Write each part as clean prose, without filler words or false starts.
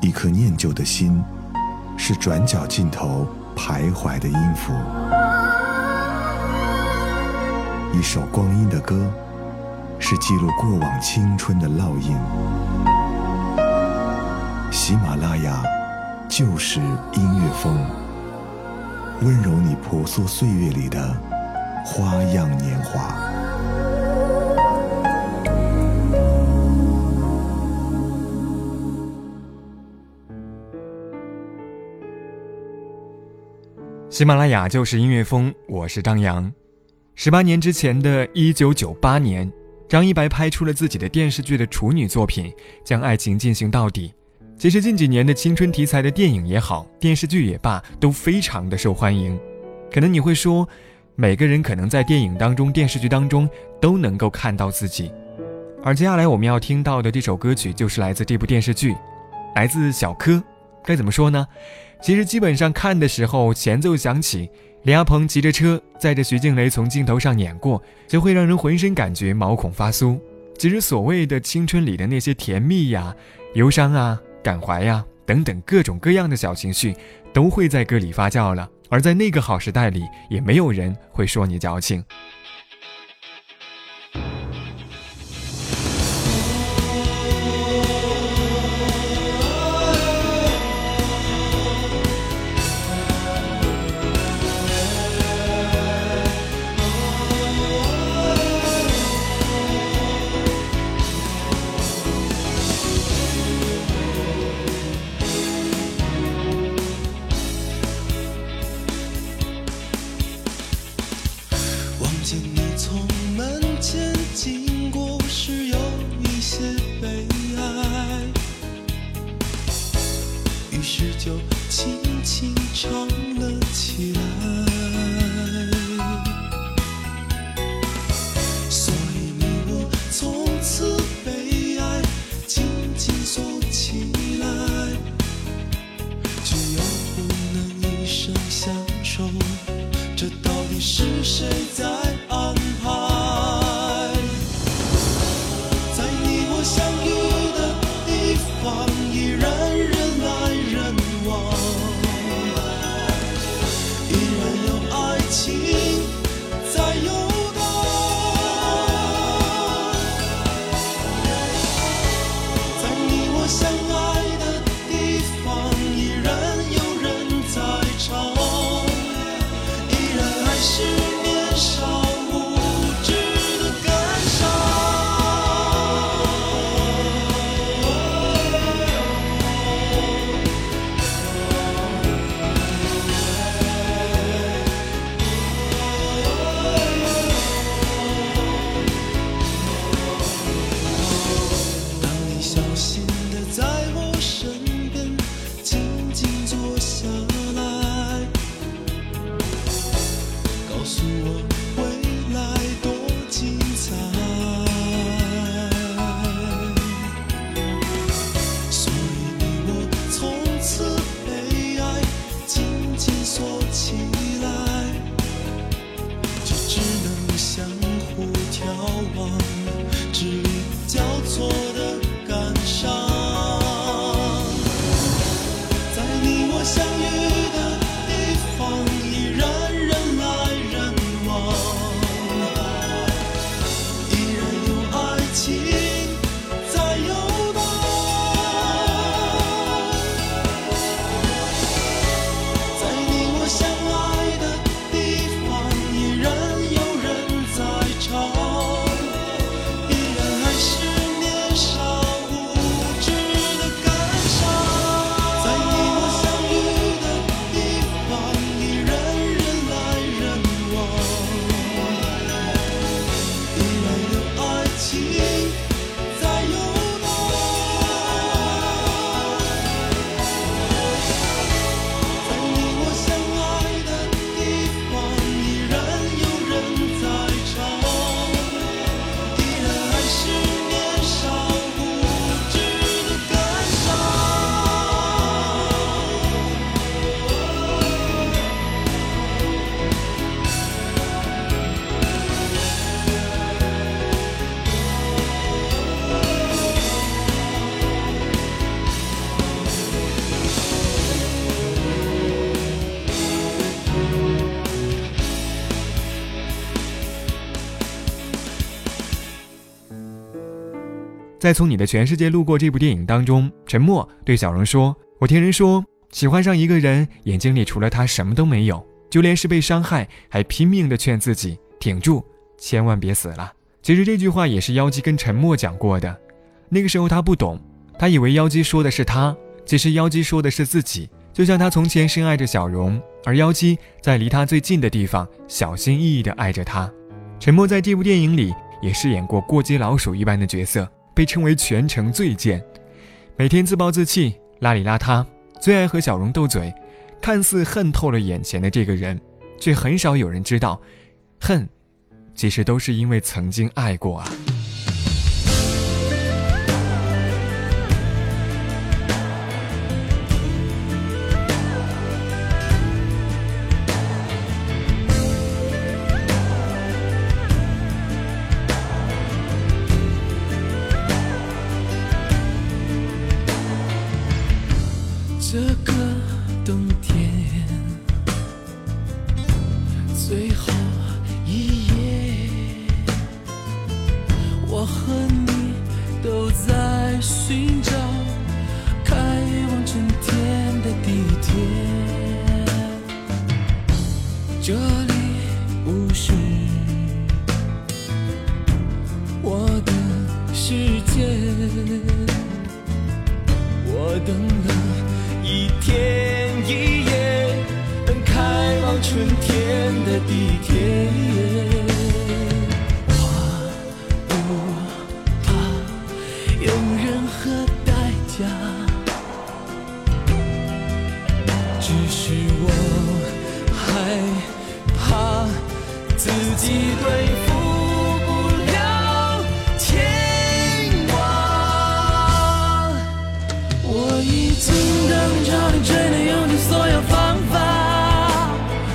一颗念旧的心，是转角尽头徘徊的音符。一首光阴的歌，是记录过往青春的烙印。喜马拉雅就是音乐风，温柔你婆娑岁月里的花样年华。 喜马拉雅就是音乐风，我是张扬。18年之前的1998年，张一白拍出了自己的电视剧的处女作品，将爱情进行到底。其实近几年的青春题材的电影也好，电视剧也罢，都非常的受欢迎。可能你会说，每个人可能在电影当中、电视剧当中都能够看到自己。而接下来我们要听到的这首歌曲就是来自这部电视剧，来自小柯。该怎么说呢？其实基本上看的时候，前奏响起，李亚鹏骑着车载着徐静蕾从镜头上碾过，就会让人浑身感觉毛孔发酥。其实所谓的青春里的那些甜蜜呀、忧伤啊、感怀呀等等各种各样的小情绪，都会在歌里发酵了。而在那个好时代里，也没有人会说你矫情。 见你从门前经过时有一些悲哀，于是就轻轻唱了起来。所以你我从此被爱紧紧锁起来，只要不能一生相守，这到底是谁在安排？在你我相遇的地方，依然人来人往，依然有爱情在游荡。在你我相爱的地方，依然有人在唱，依然还是年少无知的感伤。当你小心地在我身边静静坐下来，告诉我未来多精彩。所以你我从此被爱紧紧锁起来，就只能相互眺望，支离交错的感伤。 在《从你的全世界路过》这部电影当中，陈默对小荣说，我听人说喜欢上一个人，眼睛里除了他什么都没有，就连是被伤害还拼命地劝自己挺住，千万别死了。其实这句话也是妖姬跟陈默讲过的，那个时候他不懂，他以为妖姬说的是他，其实妖姬说的是自己。就像他从前深爱着小荣，而妖姬在离他最近的地方小心翼翼地爱着他。陈默在这部电影里也饰演过过街老鼠一般的角色，被称为全城最贱，每天自暴自弃，邋里邋遢，最爱和小荣斗嘴，看似恨透了眼前的这个人，却很少有人知道，恨其实都是因为曾经爱过啊。 这个冬天最后一夜，我和你都在寻找开往春天的地铁，这里不是我的世界，我等了一天一夜，等开往春天的地铁，我不怕用任何代价，只是我害怕自己对付不了牵挂，我已经等着你追的用尽所有方法，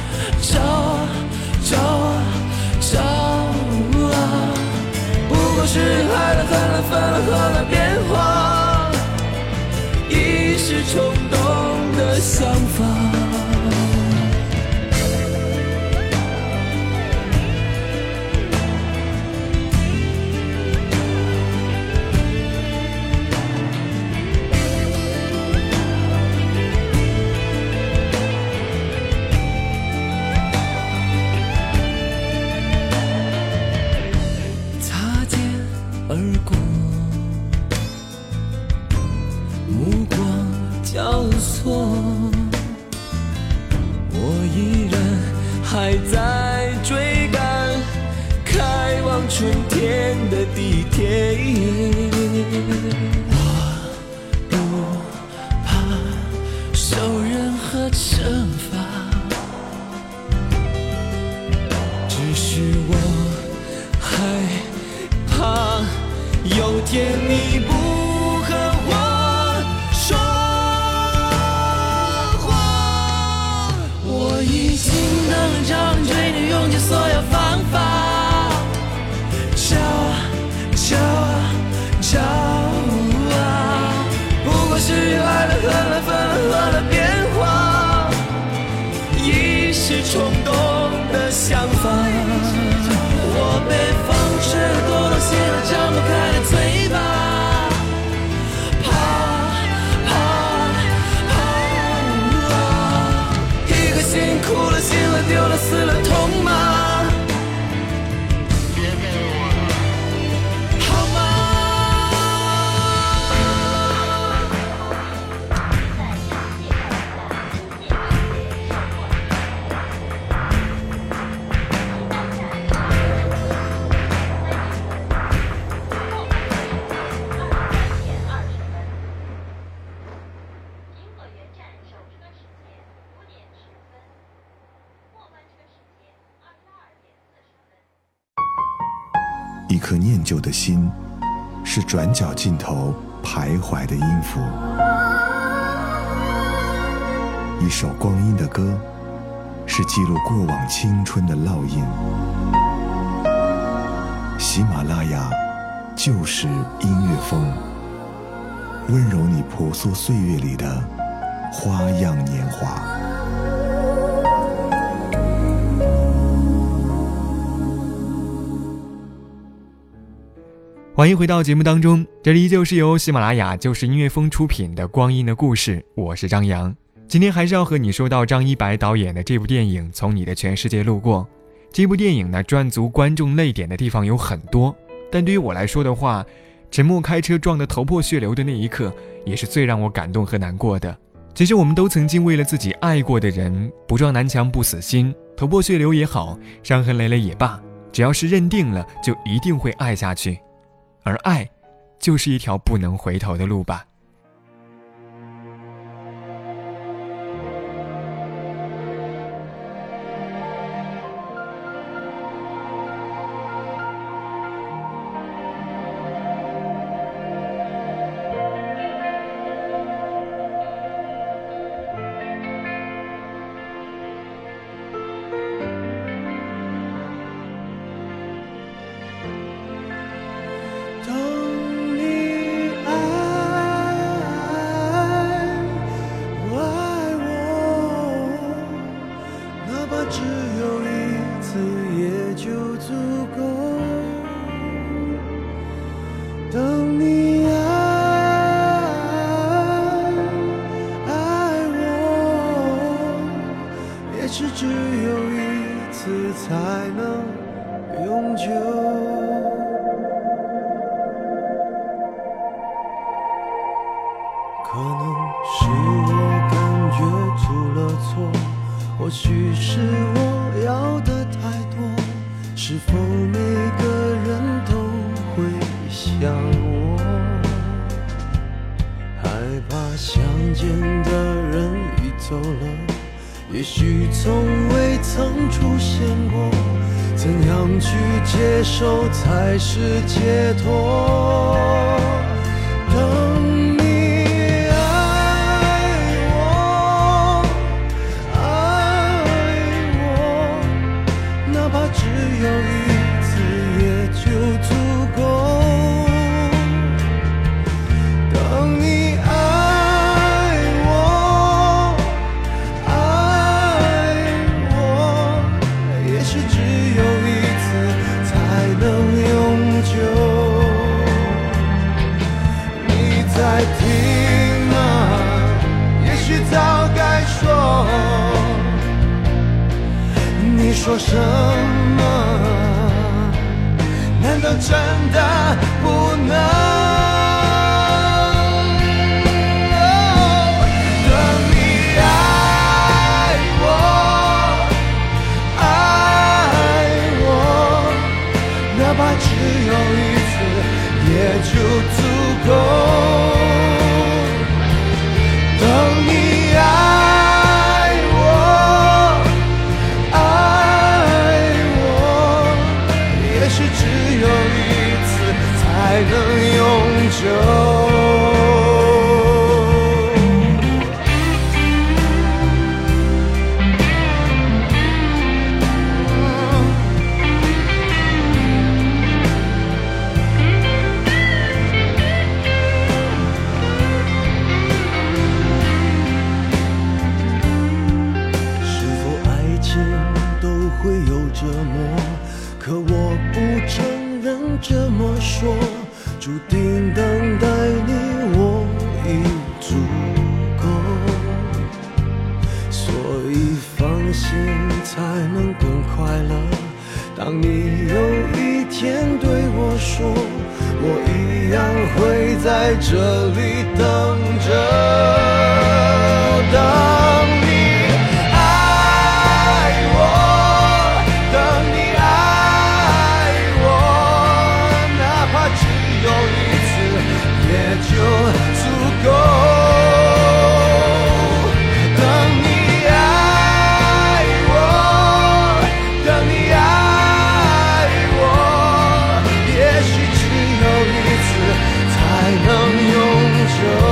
找啊，不过是爱了恨了分了合了变化，一时冲动的想法。而过，目光交错，我依然还在追赶开往春天的地铁，我不怕受任何惩罚，只是我害怕有天你不和我说话，我已经等着你追你用尽所有方法，找啊，不过是爱了恨了分了合了变化，一时冲动的想法，我被风吹得多到现在张不开的嘴巴，一颗心哭了醒了丢了死了痛吗？ 一颗念旧的心，是转角尽头徘徊的音符；一首光阴的歌，是记录过往青春的烙印。喜马拉雅就是音乐风，温柔你婆娑岁月里的花样年华。 欢迎回到节目当中，这里依旧是由喜马拉雅就是音乐风出品的光阴的故事，我是张扬。今天还是要和你说到张一白导演的这部电影《从你的全世界路过》。这部电影呢，赚足观众泪点的地方有很多，但对于我来说的话，陈默开车撞得头破血流的那一刻也是最让我感动和难过的。其实我们都曾经为了自己爱过的人不撞南墙不死心，头破血流也好，伤痕累累也罢，只要是认定了就一定会爱下去，而爱就是一条不能回头的路吧。 只有一次也就足够。等你爱我，也是只有一次才能永久。可能是我感觉出了错，或许是我要的太多，是否每个人都会像我，害怕相见的人已走了，也许从未曾出现过，怎样去接受才是解脱？等有一次也就足够。等你爱我，也许只有一次才能永久。你在听吗？也许早该说。你说什么？难道真的不能？等你爱我，哪怕只有一次也就足够。等你爱我，也许只有一次才能永久。是否爱情都会有折磨？可我不承认这么说，注定等待你我已足够，所以放心才能更快乐。当你有一天对我说，我一样会在这里等着。等你就足够。等你爱我，等你爱我，也许只有一次才能永久。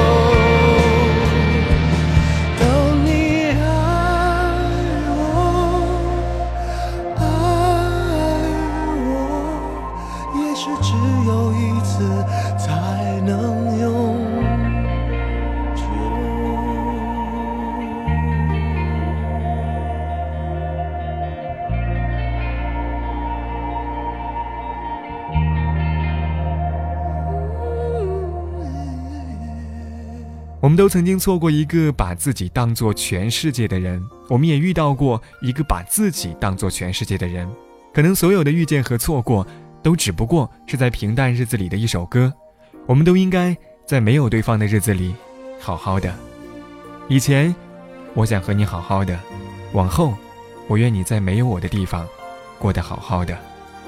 我们都曾经错过一个把自己当作全世界的人，我们也遇到过一个把自己当作全世界的人。可能所有的遇见和错过都只不过是在平淡日子里的一首歌，我们都应该在没有对方的日子里好好的。以前我想和你好好的，往后我愿你在没有我的地方过得好好的。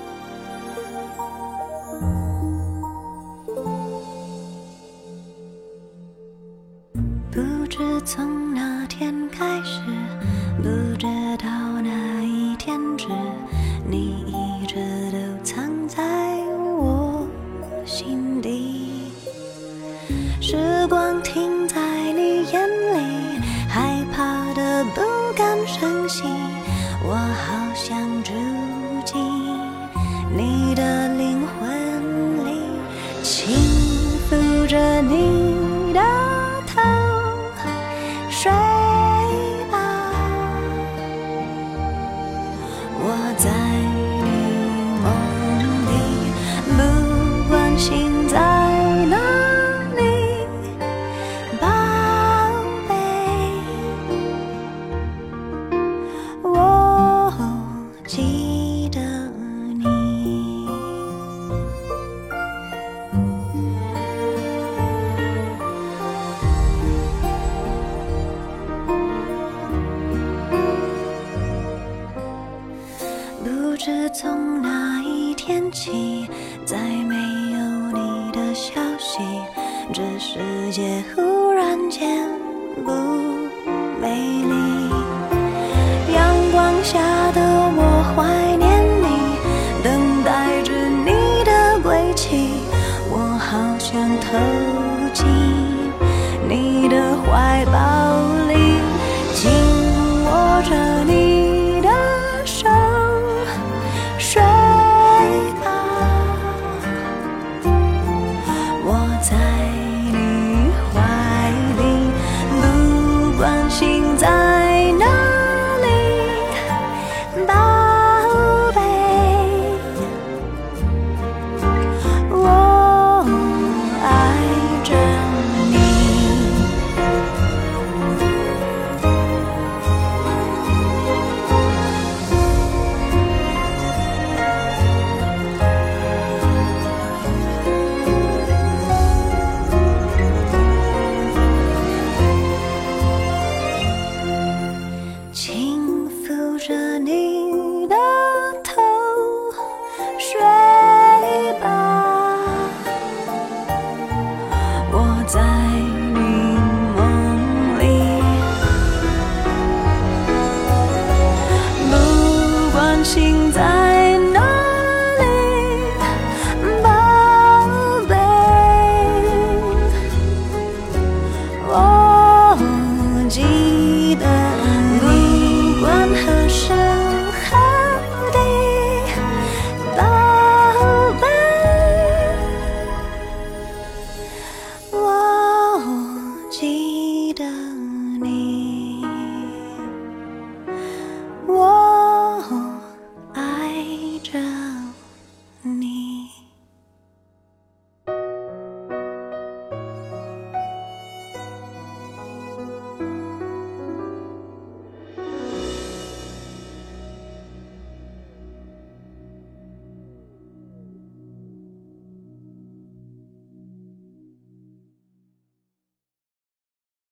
不知从哪天开始，不知道哪一天止，你一直都藏在我心底。时光停在你眼里，害怕的不敢声息，我好想住进你的灵魂里，轻抚着你的头，睡吧，我在你梦里，不管心在哪里，宝贝，我记得你。不知从哪一天起，再没有你的消息，这世界忽